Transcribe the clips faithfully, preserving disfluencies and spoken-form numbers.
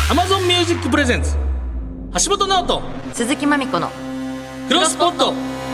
Amazon Music Presents 橋本直人鈴木まみこのクロスポット。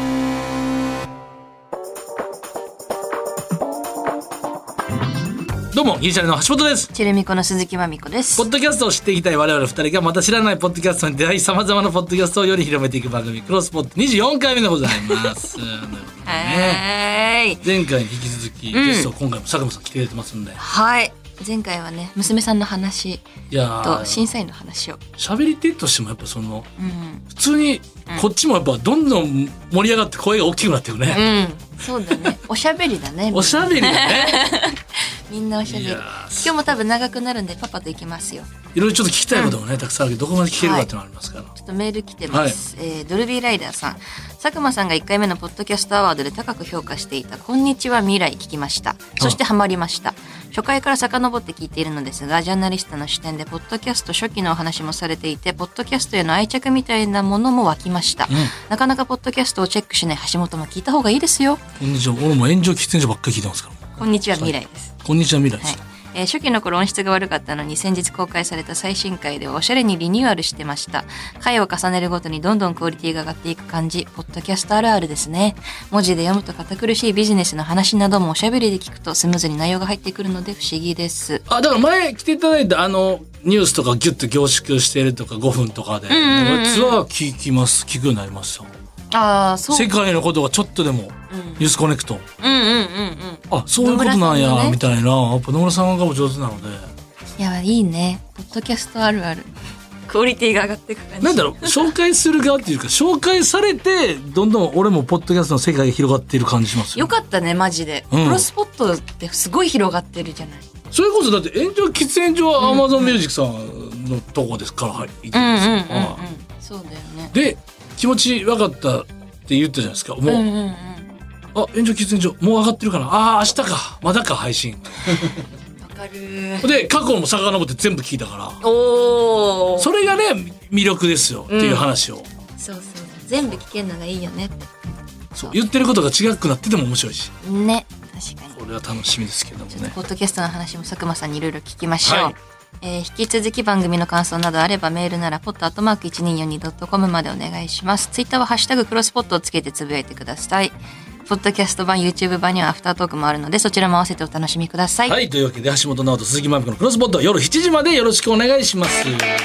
どうもギリシャリの橋本です。 チェルミコの鈴木まみこです。 ポッドキャストを知っていきたい我々二人がまた知らないポッドキャストに出会い、さまざまなポッドキャストをより広めていく番組クロスポットにじゅうよんかいめでございますはい、 前回に引き続き、うん、ゲスト今回も佐久間さん来てくれてますんで、 はい、前回はね娘さんの話と審査員の話を喋り手としてもやっぱその、うん、普通にこっちもやっぱどんどん盛り上がって声が大きくなっていくね、 うん、そうだねおしゃべりだねおしゃべりだねみんなおしゃべり。今日も多分長くなるんでパパと行きますよ。 いろいろちょっと聞きたいこともね、うん、たくさんあるけどどこまで聞けるかっていうのがありますから、はい、 ちょっとメール来てます、はい。えー、ドルビーライダーさん、佐久間さんがいっかいめのポッドキャストアワードで高く評価していたこんにちは未来聞きました。そしてハマりました。初回から遡って聞いているのですが、ジャーナリストの視点でポッドキャスト初期のお話もされていて、ポッドキャストへの愛着みたいなものも湧きました、うん、なかなかポッドキャストをチェックしない橋本も聞いた方がいいですよ。 こんにちは。俺も炎上喫煙所ばっかり聞いてますから。 こんにちは未来です。 こんにちは未来です、はい。 えー、初期の頃音質が悪かったのに先日公開された最新回ではおしゃれにリニューアルしてました。回を重ねるごとにどんどんクオリティが上がっていく感じ、ポッドキャストあるあるですね。文字で読むと堅苦しいビジネスの話などもおしゃべりで聞くとスムーズに内容が入ってくるので不思議です。 あ、だから前来ていただいたあのニュースとかギュッと凝縮してるとかごふんとかで、うんうんうん、ツアー聞きます聞くようになりました。 ああ、そう。 世界のことがちょっとでも、うん、ニュースコネクト、 うんうんうんうん、 あ、そういうことなんや、ね、みたいな。やっぱ野村さんがお上手なので、 いやいいね。ポッドキャストあるあるクオリティが上がっていく感じ。 なんだろう紹介する側っていうか紹介されてどんどん俺もポッドキャストの世界が広がっている感じしますよ。 よかったねマジで、うん、クロスポットってすごい広がってるじゃない。 それこそだって炎上喫煙所は Amazon Music さんのとこですから入ってるんですよ。 そうだよね。 で気持ち分かったって言ったじゃないですか。もう、うんうんうん、あ、炎上喫煙所もう上がってるかな、ああ明日かまだか配信わかる。 で過去も遡って全部聞いたから、 おー、それがね魅力ですよ、うん、っていう話を。 そうそう、全部聞けるのがいいよねって。 そう言ってることが違くなってても面白いしね。確かにこれは楽しみですけどもね。 ポッドキャストの話も佐久間さんにいろいろ聞きましょう、はい。えー、引き続き番組の感想などあればメールならポットアットマーク いちにーよんにードットコム までお願いします。ツイッターはハッシュタグクロスポットをつけてつぶやいてください。ポッドキャスト版 YouTube 版にはアフタートークもあるのでそちらも合わせてお楽しみください。 はい、というわけで橋本直人鈴木まみこのクロスポット夜しちじまでよろしくお願いします。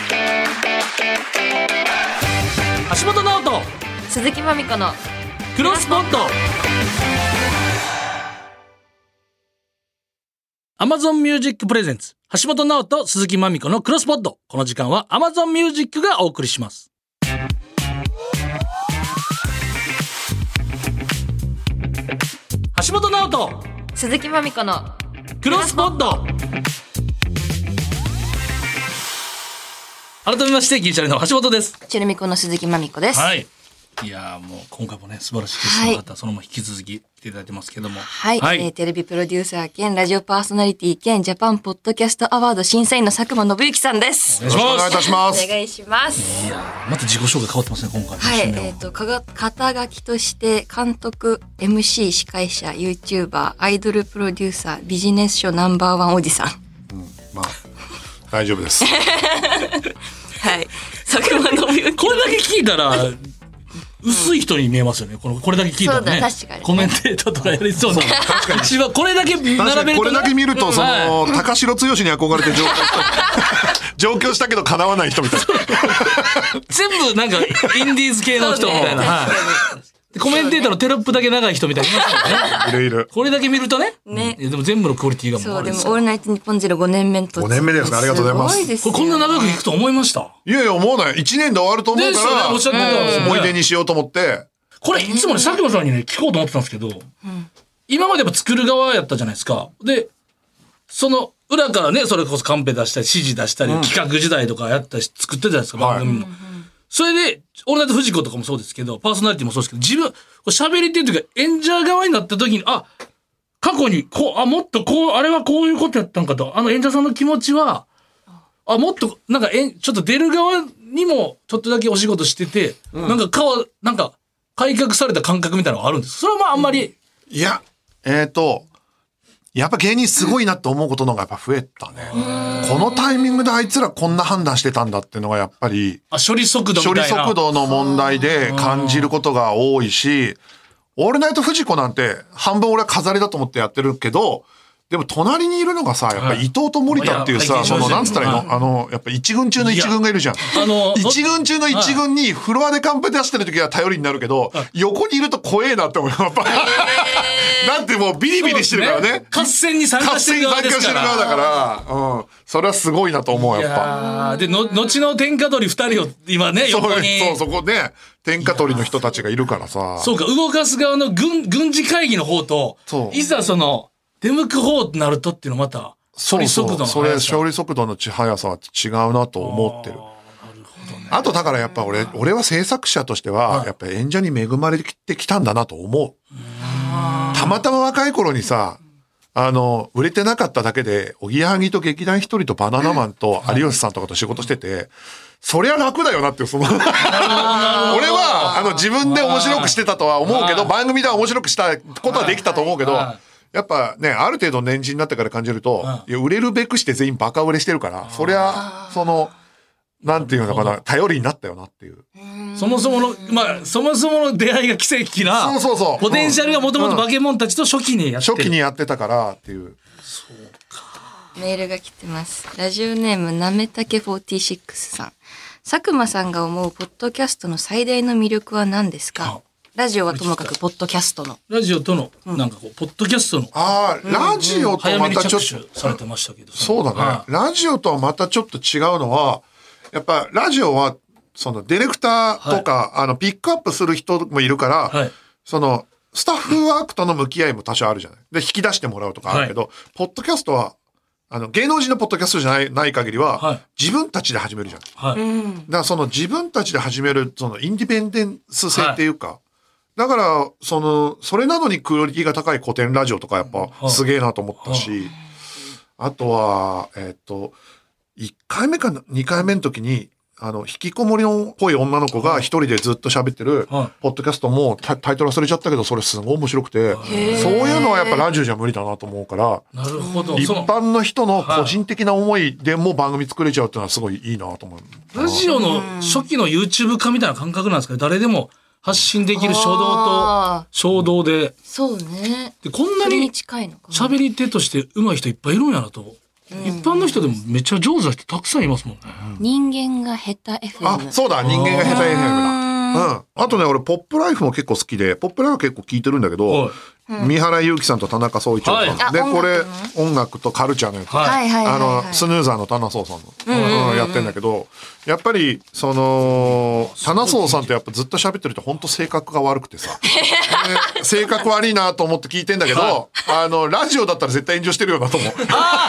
橋本直人鈴木まみこのクロスポット。Amazon Music Presents 橋本直人鈴木まみこのクロスポット。この時間は Amazon Music がお送りします。橋本直人鈴木まみこのクロスポット。改めましてギリシャリの橋本です。 チェルミコの鈴木まみこです。 はい、いやもう今回もね素晴らしいゲストの方、はい、そのまま引き続き来ていただいてますけども、 はい、はい、えー、テレビプロデューサー兼ラジオパーソナリティ兼ジャパンポッドキャストアワード審査員の佐久間信之さんです。 よろしくお願いいたします。 お願いします。 いやまた自己紹介変わってますね今回。 はい、えっ、ー、とかが肩書きとして監督、エムシー、司会者、YouTuber、アイドルプロデューサー、ビジネス書ナンバーワンおじさん。 うん、まあ大丈夫です。 はい、佐久間信之。 これだけ聞いたら。薄い人に見えますよね。このこれだけ聞いたらね。 確かにね。 コメンテーターとかやりそうな。確かに。一番これだけ並べると、ね、 これだけ見るとその、はい、高城剛に憧れて上京上京したけど叶わない人みたいな。 全部なんかインディーズ系の人みたいな。はい、コメンテーターのテロップだけ長い人みたいな。 いるいる。 これだけ見るとね。 ね。 でも全部のクオリティがもうそうでもオールナイトニッポンゼロごねんめと。 ごねんめですね。ありがとうございます。 すごいですよ。 これこんな長くいくと思いました。 いやいや思わない。いちねんで終わると思うから。 ね、おっしゃってたんですよね。 思い出にしようと思って。 これいつもね佐久間さんにね聞こうと思ってたんですけど、うん、今までやっぱ作る側やったじゃないですか。でその裏からねそれこそカンペ出したり指示出したり、うん、企画時代とかやったり作ってたじゃないですか番組も、はい、それでオールナイトフジコとかもそうですけどパーソナリティもそうですけど自分喋りっていうというか演者側になった時にあ過去にこうあもっとこうあれはこういうことやったんかとあの演者さんの気持ちはあもっとなんかえちょっと出る側にもちょっとだけお仕事してて、うん、なんか顔なんか改革された感覚みたいなのがあるんです。それはまああんまり、 うん、いやえっ、ー、とやっぱ芸人すごいなって思うことの方がやっぱ増えたね。このタイミングであいつらこんな判断してたんだっていうのがやっぱり、 あ、処理速度みたいな。 処理速度の問題で感じることが多いし、オールナイトフジコなんて半分俺は飾りだと思ってやってるけど、でも隣にいるのがさ、やっぱり伊藤と森田っていうさ、その、なんつったらいいの、あの、やっぱ一軍中の一軍がいるじゃん。 あの、 一軍中の一軍にフロアでカンペ出してる時は頼りになるけど、横にいると怖えなって思う。やっぱだってもうビリビリしてるからね。 合戦に参加してる側ですから。合戦に参加してる側だから、うん。それはすごいなと思う、やっぱ。で、の、後の天下取り二人を今ね、横に。 そう、そこね、天下取りの人たちがいるからさ。 そうか、動かす側の軍、軍事会議の方と、いざその、出向く方になるとっていうのまた、処理速度の速さ。 そうそう、それ、処理速度の速さは違うなと思ってる。あとだからやっぱ俺、俺は制作者としては、やっぱ演者に恵まれてきたんだなと思う。たまたま若い頃にさ、あの、売れてなかっただけで、おぎやはぎと劇団一人とバナナマンと有吉さんとかと仕事してて、そりゃ楽だよなっていう、その、俺は、あの、自分で面白くしてたとは思うけど、番組では面白くしたことはできたと思うけど、やっぱね、ある程度年次になってから感じると、いや売れるべくして全員バカ売れしてるから、そりゃ、その、なんていうのかな、頼りになったよなっていう。 そもそもの、まあ、そもそもの出会いが奇跡な、 そうそうそう。 ポテンシャルがもともとバケモンたちと初期にやって初期にやってたからっていう。 そうか。 メールが来てます。ラジオネームなめたけフォーティーシックスさん。佐久間さんが思うポッドキャストの最大の魅力は何ですか？ラジオはともかくポッドキャストの。 ラジオとの、なんかこう、ポッドキャストの。 ああ、ラジオとまたちょっと。 早めに着手されてましたけど。 そうだね。ラジオとはまたちょっと違うのは、やっぱラジオは、そのディレクターとか、あの、ピックアップする人もいるから、その、スタッフワークとの向き合いも多少あるじゃない。で、引き出してもらうとかあるけど、ポッドキャストは、あの、芸能人のポッドキャストじゃない、ない限りは、自分たちで始めるじゃん。はい。だからその自分たちで始める、そのインディペンデンス性っていうか、だから、その、それなのにクオリティが高い古典ラジオとかやっぱすげえなと思ったし、あとは、えっと、いっかいめかにかいめの時に、あの、引きこもりのっぽい女の子が一人でずっと喋ってる、ポッドキャストもタイトル忘れちゃったけど、それすごい面白くて、そういうのはやっぱラジオじゃ無理だなと思うから、 なるほど。 一般の人の個人的な思いでも番組作れちゃうっていうのはすごいいいなと思う。 ラジオの初期の YouTube 化みたいな感覚なんですかね。誰でも発信できる初動と衝動で。 そうね。 で、こんなに喋り手として上手い人いっぱいいるんやなと。一般の人でもめっちゃ上手な人たくさんいますもんね。 人間が下手 エフエム。 あ、そうだ、人間が下手 エフエム だ。うん。あとね、俺、ポップライフも結構好きで、ポップライフ結構聞いてるんだけど、三原祐希さんと田中総一郎さん。で、これ、音楽とカルチャーのやつ。あの、スヌーザーの田中総さんの、やってんだけど、やっぱり、その、田中総さんってやっぱずっと喋ってると本当性格が悪くてさ。性格悪いなと思って聞いてんだけど、あの、ラジオだったら絶対炎上してるよなと思う。ポッ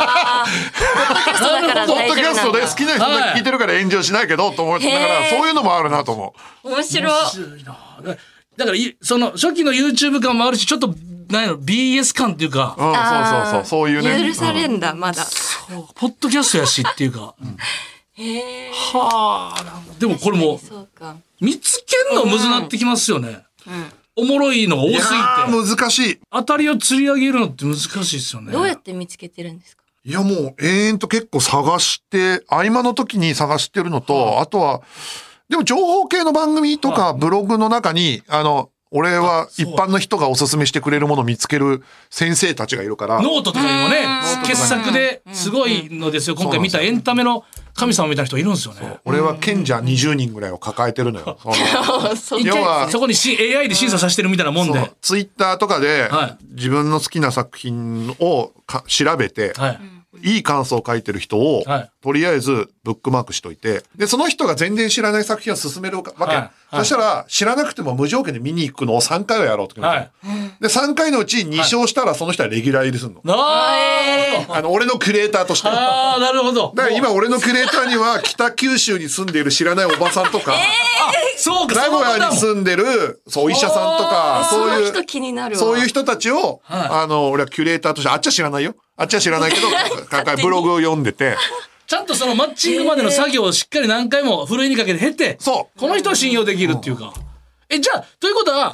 ドキャストで好きな人が聞いてるから炎上しないけど、と思って、だからそういうのもあるなと思う。面白い。 だから、その、初期の YouTube 感もあるし、ちょっと、なんやろ、ビーエス 感っていうか。 うん、そうそうそう、そういうね。 許されんだ、まだ。 そう、ポッドキャストやしっていうか。へえ。はあ、でもこれも、見つけんのむずなってきますよね。おもろいのが多すぎて。 難しい。 当たりを釣り上げるのって難しいですよね。 どうやって見つけてるんですか？ いや、もう、永遠と結構探して、合間の時に探してるのと、あとは、でも情報系の番組とかブログの中に、あの、俺は一般の人がおすすめしてくれるものを見つける先生たちがいるから。 ノートとかにもね、傑作ですごいのですよ。今回見たエンタメの神様みたいな人いるんですよね。 俺は賢者にじゅうにんぐらいを抱えてるのよ。 要は、そこに エーアイ で審査させてるみたいなもんで。 ツイッターとかで自分の好きな作品を調べて、いい感想を書いてる人を、はい、とりあえずブックマークしといて、で、その人が全然知らない作品を進めるわけ。はい、そしたら、知らなくても無条件で見に行くのをさんかいはやろうと決めて、はい、で、さんかいのうちに勝したらその人はレギュラー入りするの。ああの、俺のクリエイターとして。 ああ、なるほど。 だから今俺のクリエイターには北九州に住んでいる知らないおばさんとか、 えー、そうか、 名古屋に住んでる、そう、お医者さんとか、そういう、そういう人たちを、はい、あの、俺はキュレーターとして、あっちは知らないよ。あっちは知らないけど、ブログを読んでて。 ちゃんとそのマッチングまでの作業をしっかり何回もふるいにかけて経て、 そう。 この人は信用できるっていうか。え、じゃあ、ということは、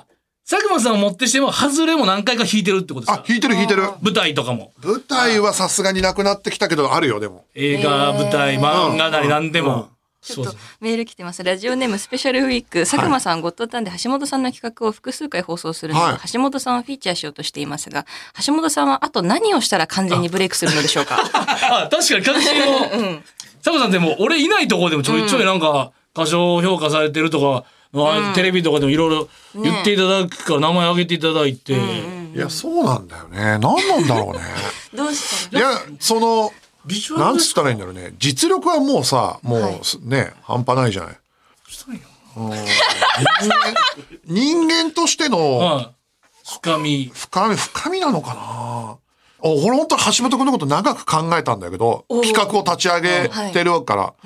佐久間さんをもってしても外れも何回か弾いてるってことですか？ あ、弾いてる弾いてる。 舞台とかも。 舞台はさすがになくなってきたけど、あるよ、でも。 映画、舞台、漫画なり何でも。 ちょっとメール来てます。ラジオネームスペシャルウィーク。佐久間さん、ゴッドタンで橋本さんの企画を複数回放送するので、はい、橋本さんをフィーチャーしようとしていますが、橋本さんはあと何をしたら完全にブレイクするのでしょうか？ あ、確かに確信を。うん、佐久間さんでも、俺いないところでもちょいちょいなんか、過小評価されてるとか、うん、テレビとかでもいろいろ言っていただくから名前挙げていただいて。ね、 いや、そうなんだよね。何なんだろうね。 どうしたいや、その、なんつったらいいんだろうね。実力はもうさ、もう、はい、ね、半端ないじゃない。人間、人間としての、はい、 深み。 深み、深みなのかな。俺本当に橋本君のこと長く考えたんだけど、企画を立ち上げてるから。はい、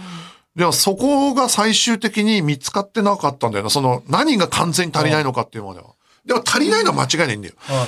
でもそこが最終的に見つかってなかったんだよな。その何が完全に足りないのかっていうまでは。でも足りないのは間違いないんだよ。はい、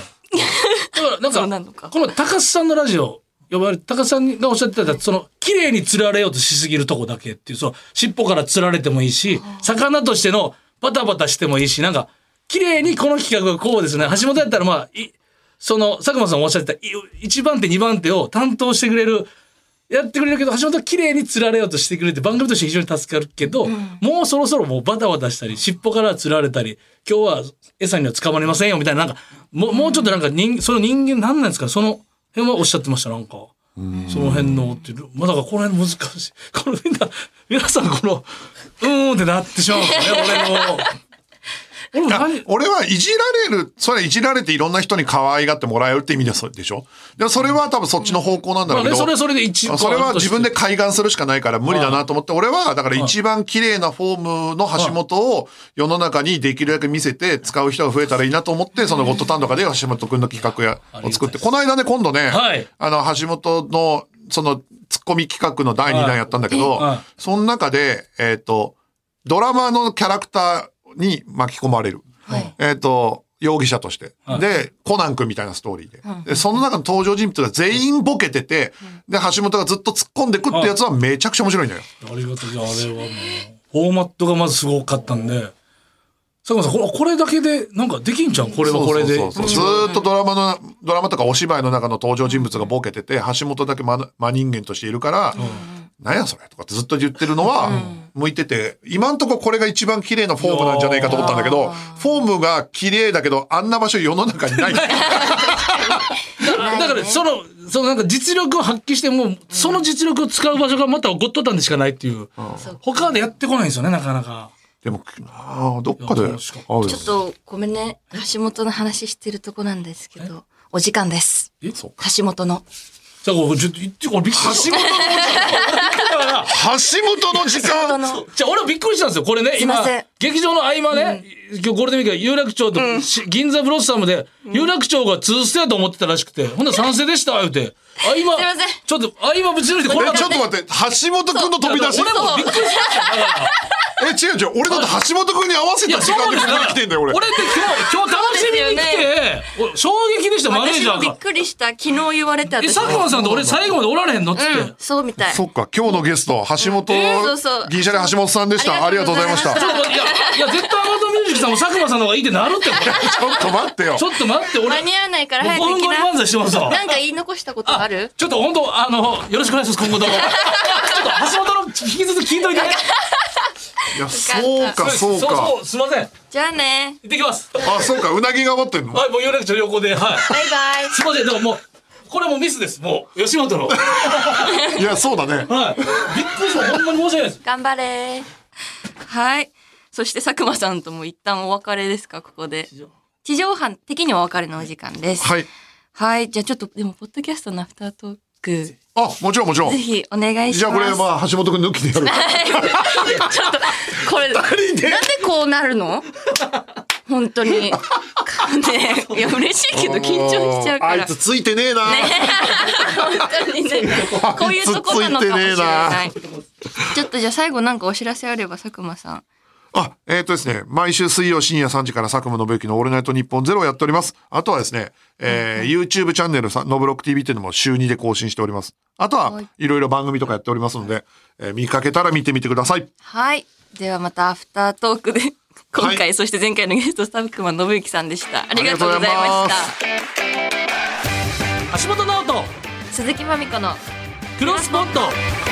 だからなんか、この高須さんのラジオ、呼ばれ高須さんがおっしゃってた、その、綺麗に釣られようとしすぎるとこだけっていう、その、尻尾から釣られてもいいし、魚としてのバタバタしてもいいし、なんか、綺麗にこの企画がこうですね。橋本やったらまあ、いその、佐久間さんおっしゃってた、いちばん手、にばん手を担当してくれる、やってくれるけど、橋本は綺麗に釣られようとしてくれて、番組として非常に助かるけど、うん、もうそろそろもうバタバタしたり、尻尾から釣られたり、今日は餌には捕まりませんよ、みたいな、なんか、もう、もうちょっとなんか人、その人間何なんですか、その辺はおっしゃってました、なんか。その辺のっていう。まあ、だからこの辺難しい。このみんな、皆さんこの、うーんってなってしまうんですよね、俺の。 俺はいじられる、それはいじられていろんな人に可愛がってもらえるって意味でしょ。でそれは多分そっちの方向なんだろうけど、 まあね、それはそれで一番それは自分で開眼するしかないから無理だなと思って、俺はだから一番綺麗なフォームの橋本を世の中にできるだけ見せて使う人が増えたらいいなと思って、そのゴッドタンとかで橋本くんの企画やを作って、この間ね、今度ね、はい、あの橋本のそのツッコミ企画のだいにだんやったんだけど、はいはい、その中で、えっと、ドラマのキャラクターに巻き込まれる。はい、えっ、ー、と、容疑者として。はい、で、コナン君みたいなストーリーで。はい、で、その中の登場人物が全員ボケてて、で、橋本がずっと突っ込んでくってやつはめちゃくちゃ面白いんだよ。 ありがとう。あれはもう、フォーマットがまずすごかったんで、佐久間さん、これ、これだけで、なんかできんじゃん、これはこれで。 そうそうそうずーっとドラマの、ドラマとかお芝居の中の登場人物がボケてて、橋本だけ真、真人間としているから、うん何やそれとかってずっと言ってるのは向いてて、今んとここれが一番綺麗なフォームなんじゃないかと思ったんだけど、フォームが綺麗だけどあんな場所世の中にない。だからそのそのなんか実力を発揮してもその実力を使う場所がまたゴッドタンでしかないっていう、他でやってこないんですよねなかなか。 でもあどっかでちょっとごめんね橋本の話してるとこなんですけどお時間です。橋本の。 じゃあ、ちょっと言って、これびっくりした。 橋本の時間じゃあ、俺はびっくりしたんですよ。これね、今、劇場の合間ね、うん、今日ゴールデンウィーク有楽町と、うん、銀座ブロッサムで、うん、有楽町がツーステやと思ってたらしくて、ほんなら賛成でした、言うて。合間、すいません。ちょっと、合間ぶち抜いて、これちょっと待って、橋本くんの飛び出し。 俺もびっくりしました。 え、違う違う。俺だって橋本くんに合わせた時間でここに来てんだよ、俺。 俺って今日、今日楽しみに来て、衝撃でした、マネージャーが。 私もびっくりした。昨日言われて、 え、佐久間さんと俺最後までおられへんのっつって。うん、 そうみたい。 そっか、今日のゲスト、橋本、銀シャリ橋本さんでした。ありがとうございました。 ちょっと、いや、いや、絶対アマゾンミュージックさんも佐久間さんの方がいいってなるって。ちょっと待ってよ。 ちょっと待って、俺。 間に合わないから早く行きな。 漫才してますわ。 なんか言い残したことある？ ちょっと本当、あの、よろしくお願いします、今後とも。ちょっと橋本の引き続き聞いといて。 いや、そうか、そうか。そう、 すいません。 じゃあね。 行ってきます。 あ、そうか、うなぎが待ってんの？ はい、もう有楽町横で、はい。バイバイ。 すいません、でももう、これもミスです、もう、吉本の。 いや、そうだね。 はい。びっくりした、ほんまに申し訳ないです。 頑張れ。はい。そして佐久間さんとも一旦お別れですか、ここで。地上波的にはお別れのお時間です。 はい。 はい。じゃあちょっと、でも、ポッドキャストのアフタートーク。 あ、もちろんもちろん。 ぜひお願いします。 じゃあこれまあ橋本くん抜きでやる。 ちょっとこれなんでこうなるの？本当に。ね、いや嬉しいけど緊張しちゃうから。 あいつついてねえな。ね、 本当にね。こういうとこなのかもしれない。ちょっとじゃあ最後なんかお知らせあれば佐久間さん。 あ、えっ、ー、とですね、毎週水曜深夜さんじから佐久間信之のオールナイトニッポンゼロをやっております。あとはですね、えーうんうん、YouTube チャンネルノブロック ティービー っていうのも週にで更新しております。あとは、いろいろ番組とかやっておりますので、えー、見かけたら見てみてください。 はい。ではまたアフタートークで今回、はい、そして前回のゲスト佐久間信之さんでした。ありがとうございました。 橋本直人鈴木まみこのクロスポット。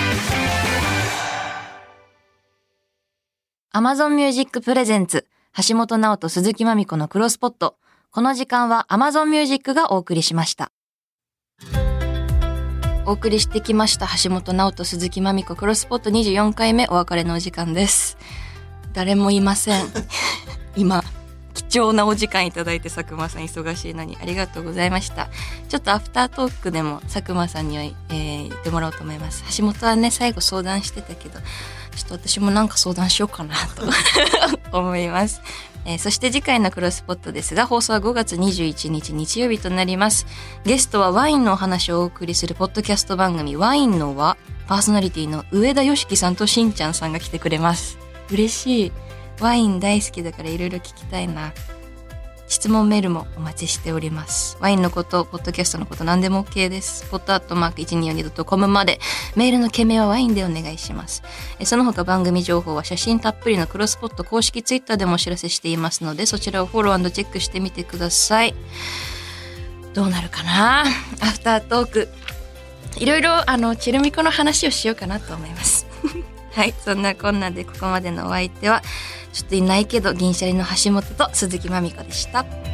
Amazon Music Presents 橋本直人鈴木まみこのクロスポット。この時間は Amazon Music がお送りしました。お送りしてきました橋本直人鈴木まみこクロスポットにじゅうよんかいめ、お別れのお時間です。誰もいません今貴重なお時間いただいて、佐久間さん忙しいのにありがとうございました。ちょっとアフタートークでも佐久間さんには、えー、言ってもらおうと思います。橋本はね最後相談してたけど、ちょっと私もなんか相談しようかなと思います。えー、そして次回のクロスポットですが、放送はごがつにじゅういちにち日曜日となります。ゲストはワインのお話をお送りするポッドキャスト番組ワインの輪、パーソナリティの上田よしきさんとしんちゃんさんが来てくれます。嬉しい。ワイン大好きだからいろいろ聞きたいな。質問メールもお待ちしております。ワインのこと、ポッドキャストのこと何でも OK です。ポットアットマーク いちによにドットコム までメールの件名はワインでお願いします。えその他番組情報は写真たっぷりのクロスポット公式ツイッターでもお知らせしていますので、そちらをフォロー&チェックしてみてください。どうなるかな、アフタートーク。いろいろあのチルミコの話をしようかなと思いますはい、そんなこんなでここまでのお相手はちょっといないけど銀シャリの橋本と鈴木まみこでした。